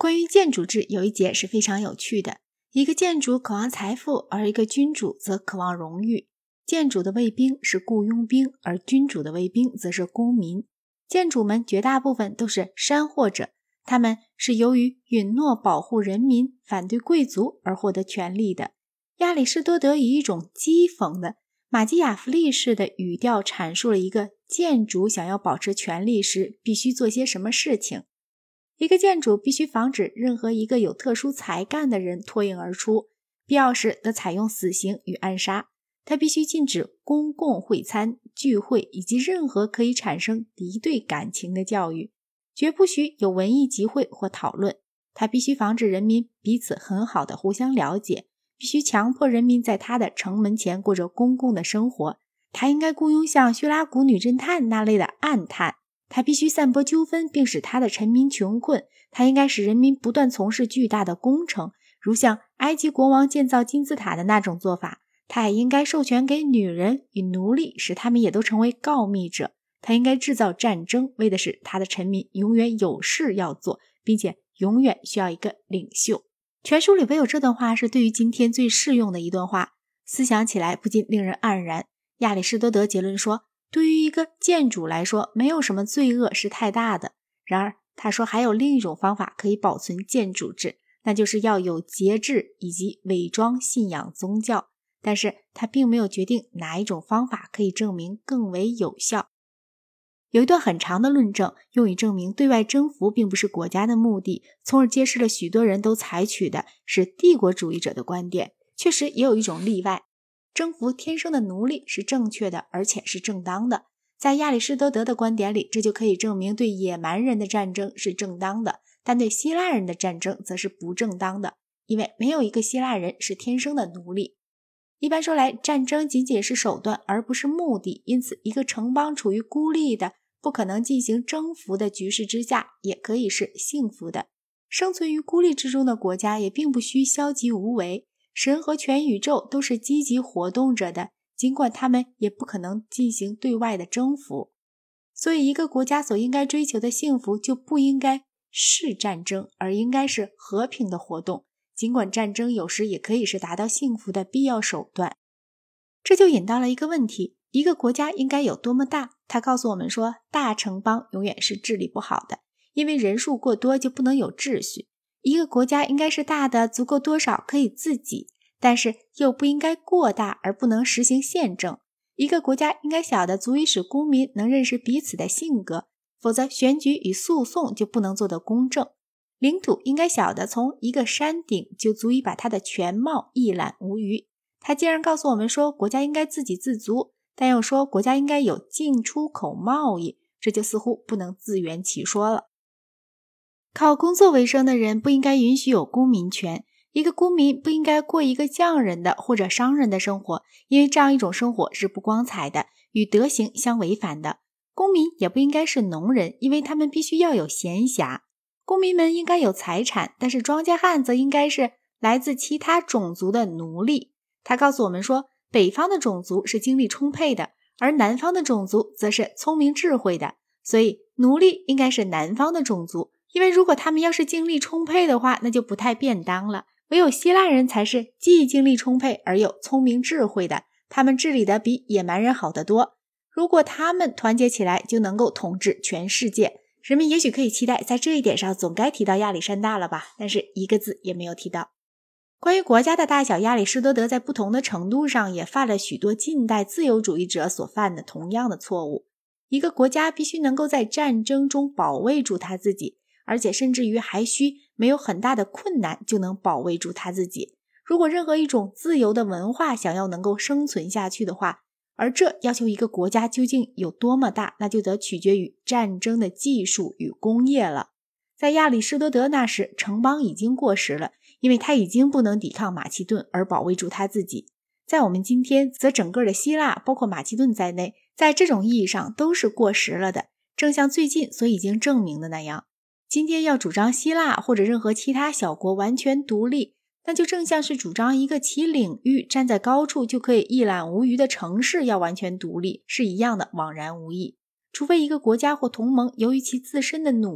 关于建主制有一节是非常有趣的，一个建主渴望财富，而一个君主则渴望荣誉。建主的卫兵是雇佣兵，而君主的卫兵则是公民。建主们绝大部分都是山货者，他们是由于允诺保护人民、反对贵族而获得权力的。亚里士多德以一种讥讽的马基雅夫利式的语调阐述了一个建主想要保持权力时必须做些什么事情。一个建主必须防止任何一个有特殊才干的人脱颖而出，必要时得采用死刑与暗杀。他必须禁止公共会餐、聚会以及任何可以产生敌对感情的教育，绝不许有文艺集会或讨论。他必须防止人民彼此很好的互相了解，必须强迫人民在他的城门前过着公共的生活。他应该雇佣像叙拉古女侦探那类的暗探。他必须散播纠纷并使他的臣民穷困。他应该使人民不断从事巨大的工程，如像埃及国王建造金字塔的那种做法。他也应该授权给女人与奴隶，使他们也都成为告密者。他应该制造战争，为的是他的臣民永远有事要做，并且永远需要一个领袖。全书里唯有这段话是对于今天最适用的一段话，思想起来不禁令人黯然。亚里士多德结论说，对于一个建主来说，没有什么罪恶是太大的。然而他说还有另一种方法可以保存建主制，那就是要有节制以及伪装信仰宗教。但是他并没有决定哪一种方法可以证明更为有效。有一段很长的论证用以证明对外征服并不是国家的目的，从而揭示了许多人都采取的是帝国主义者的观点。确实也有一种例外，征服天生的奴隶是正确的，而且是正当的。在亚里士多德的观点里，这就可以证明对野蛮人的战争是正当的，但对希腊人的战争则是不正当的，因为没有一个希腊人是天生的奴隶。一般说来，战争仅仅是手段而不是目的，因此一个城邦处于孤立的不可能进行征服的局势之下也可以是幸福的。生存于孤立之中的国家也并不需消极无为，神和全宇宙都是积极活动着的，尽管他们也不可能进行对外的征服。所以一个国家所应该追求的幸福就不应该是战争，而应该是和平的活动，尽管战争有时也可以是达到幸福的必要手段。这就引到了一个问题，一个国家应该有多么大？他告诉我们说，大城邦永远是治理不好的，因为人数过多就不能有秩序。一个国家应该是大的足够多少可以自己，但是又不应该过大而不能实行宪政。一个国家应该小的足以使公民能认识彼此的性格，否则选举与诉讼就不能做得公正。领土应该小的从一个山顶就足以把它的全貌一览无余。他既然告诉我们说国家应该自给自足，但又说国家应该有进出口贸易，这就似乎不能自圆其说了。靠工作为生的人不应该允许有公民权，一个公民不应该过一个匠人的或者商人的生活，因为这样一种生活是不光彩的，与德行相违反的。公民也不应该是农人，因为他们必须要有闲暇。公民们应该有财产，但是庄稼汉则应该是来自其他种族的奴隶。他告诉我们说，北方的种族是精力充沛的，而南方的种族则是聪明智慧的，所以奴隶应该是南方的种族，因为如果他们要是精力充沛的话，那就不太便当了。唯有希腊人才是既精力充沛而又聪明智慧的，他们治理的比野蛮人好得多。如果他们团结起来，就能够统治全世界。人们也许可以期待在这一点上总该提到亚历山大了吧，但是一个字也没有提到。关于国家的大小，亚里士多德在不同的程度上也犯了许多近代自由主义者所犯的同样的错误。一个国家必须能够在战争中保卫住他自己，而且甚至于还需没有很大的困难就能保卫住他自己。如果任何一种自由的文化想要能够生存下去的话，而这要求一个国家究竟有多么大，那就得取决于战争的技术与工业了。在亚里士多德那时，城邦已经过时了，因为他已经不能抵抗马其顿而保卫住他自己。在我们今天，则整个的希腊，包括马其顿在内，在这种意义上都是过时了的，正像最近所已经证明的那样。今天要主张希腊或者任何其他小国完全独立，那就正像是主张一个其领域站在高处就可以一览无余的城市要完全独立是一样的，枉然无益。除非一个国家或同盟由于其自身的努力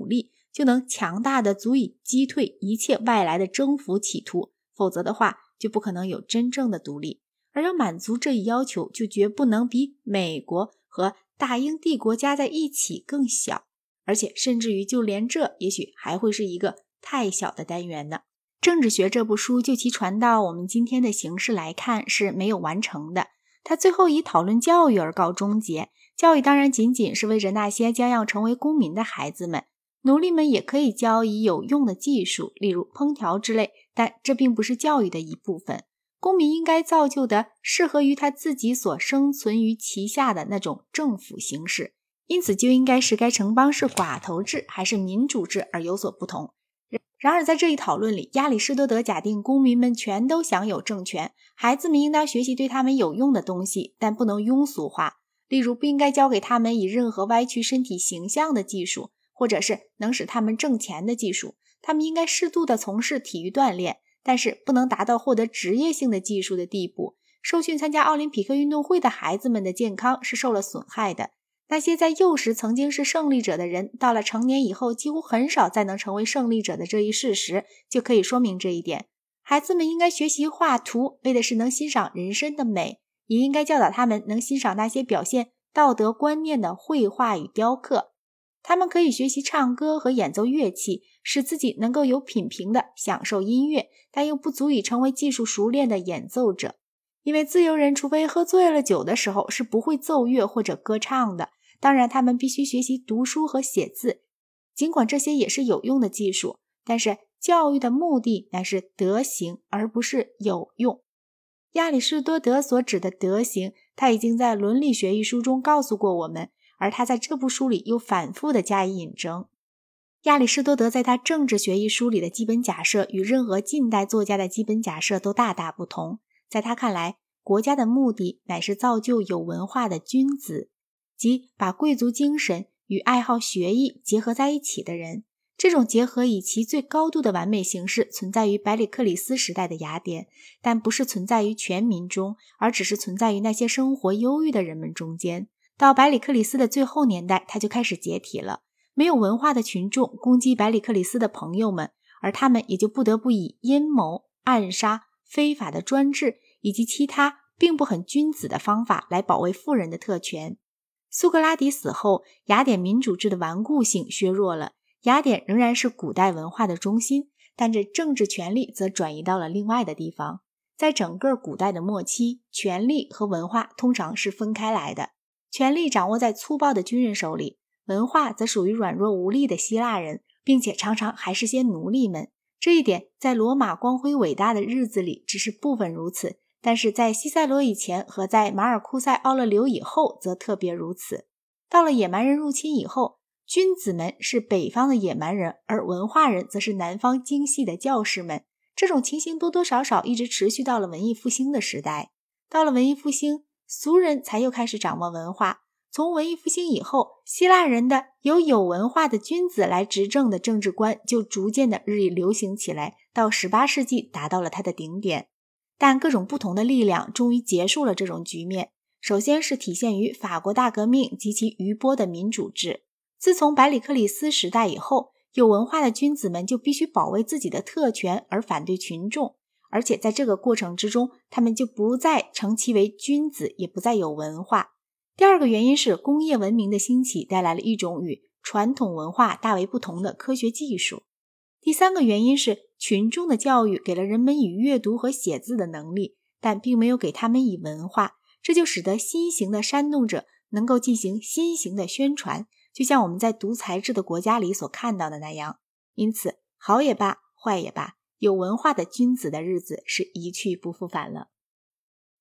就能强大的足以击退一切外来的征服企图，否则的话就不可能有真正的独立。而要满足这一要求，就绝不能比美国和大英帝国加在一起更小，而且甚至于就连这也许还会是一个太小的单元呢。政治学这部书就其传到我们今天的形式来看是没有完成的，它最后以讨论教育而告终结。教育当然仅仅是为着那些将要成为公民的孩子们，奴隶们也可以教以有用的技术，例如烹调之类，但这并不是教育的一部分。公民应该造就的适合于他自己所生存于其下的那种政府形式，因此就应该是该城邦是寡头制还是民主制而有所不同。然而在这一讨论里，亚里士多德假定公民们全都享有政权，孩子们应当学习对他们有用的东西，但不能庸俗化，例如不应该教给他们以任何歪曲身体形象的技术，或者是能使他们挣钱的技术。他们应该适度地从事体育锻炼，但是不能达到获得职业性的技术的地步。受训参加奥林匹克运动会的孩子们的健康是受了损害的。那些在幼时曾经是胜利者的人，到了成年以后几乎很少再能成为胜利者的这一事实，就可以说明这一点。孩子们应该学习画图，为的是能欣赏人生的美，也应该教导他们能欣赏那些表现道德观念的绘画与雕刻。他们可以学习唱歌和演奏乐器，使自己能够有品评地享受音乐，但又不足以成为技术熟练的演奏者。因为自由人除非喝醉了酒的时候是不会奏乐或者歌唱的。当然他们必须学习读书和写字，尽管这些也是有用的技术，但是教育的目的乃是德行而不是有用。亚里士多德所指的德行，他已经在《伦理学》一书中告诉过我们，而他在这部书里又反复地加以引证。亚里士多德在他《政治学》一书里的基本假设与任何近代作家的基本假设都大大不同。在他看来，国家的目的乃是造就有文化的君子，即把贵族精神与爱好学艺结合在一起的人。这种结合以其最高度的完美形式存在于百里克里斯时代的雅典，但不是存在于全民中，而只是存在于那些生活忧郁的人们中间。到百里克里斯的最后年代，他就开始解体了。没有文化的群众攻击百里克里斯的朋友们，而他们也就不得不以阴谋、暗杀、非法的专制以及其他并不很君子的方法来保卫富人的特权。苏格拉底死后，雅典民主制的顽固性削弱了，雅典仍然是古代文化的中心，但这政治权力则转移到了另外的地方。在整个古代的末期，权力和文化通常是分开来的，权力掌握在粗暴的军人手里，文化则属于软弱无力的希腊人，并且常常还是些奴隶们。这一点在罗马光辉伟大的日子里只是部分如此，但是在西塞罗以前和在马尔库塞奥勒留以后则特别如此。到了野蛮人入侵以后，君子们是北方的野蛮人，而文化人则是南方精细的教士们。这种情形多多少少一直持续到了文艺复兴的时代。到了文艺复兴，俗人才又开始掌握文化。从文艺复兴以后，希腊人的由有文化的君子来执政的政治观就逐渐的日益流行起来，到18世纪达到了它的顶点。但各种不同的力量终于结束了这种局面。首先是体现于法国大革命及其余波的民主制。自从百里克里斯时代以后，有文化的君子们就必须保卫自己的特权而反对群众，而且在这个过程之中，他们就不再称其为君子，也不再有文化。第二个原因是工业文明的兴起带来了一种与传统文化大为不同的科学技术。第三个原因是群众的教育给了人们以阅读和写字的能力，但并没有给他们以文化，这就使得新型的煽动者能够进行新型的宣传，就像我们在独裁制的国家里所看到的那样。因此，好也罢，坏也罢，有文化的君子的日子是一去不复返了。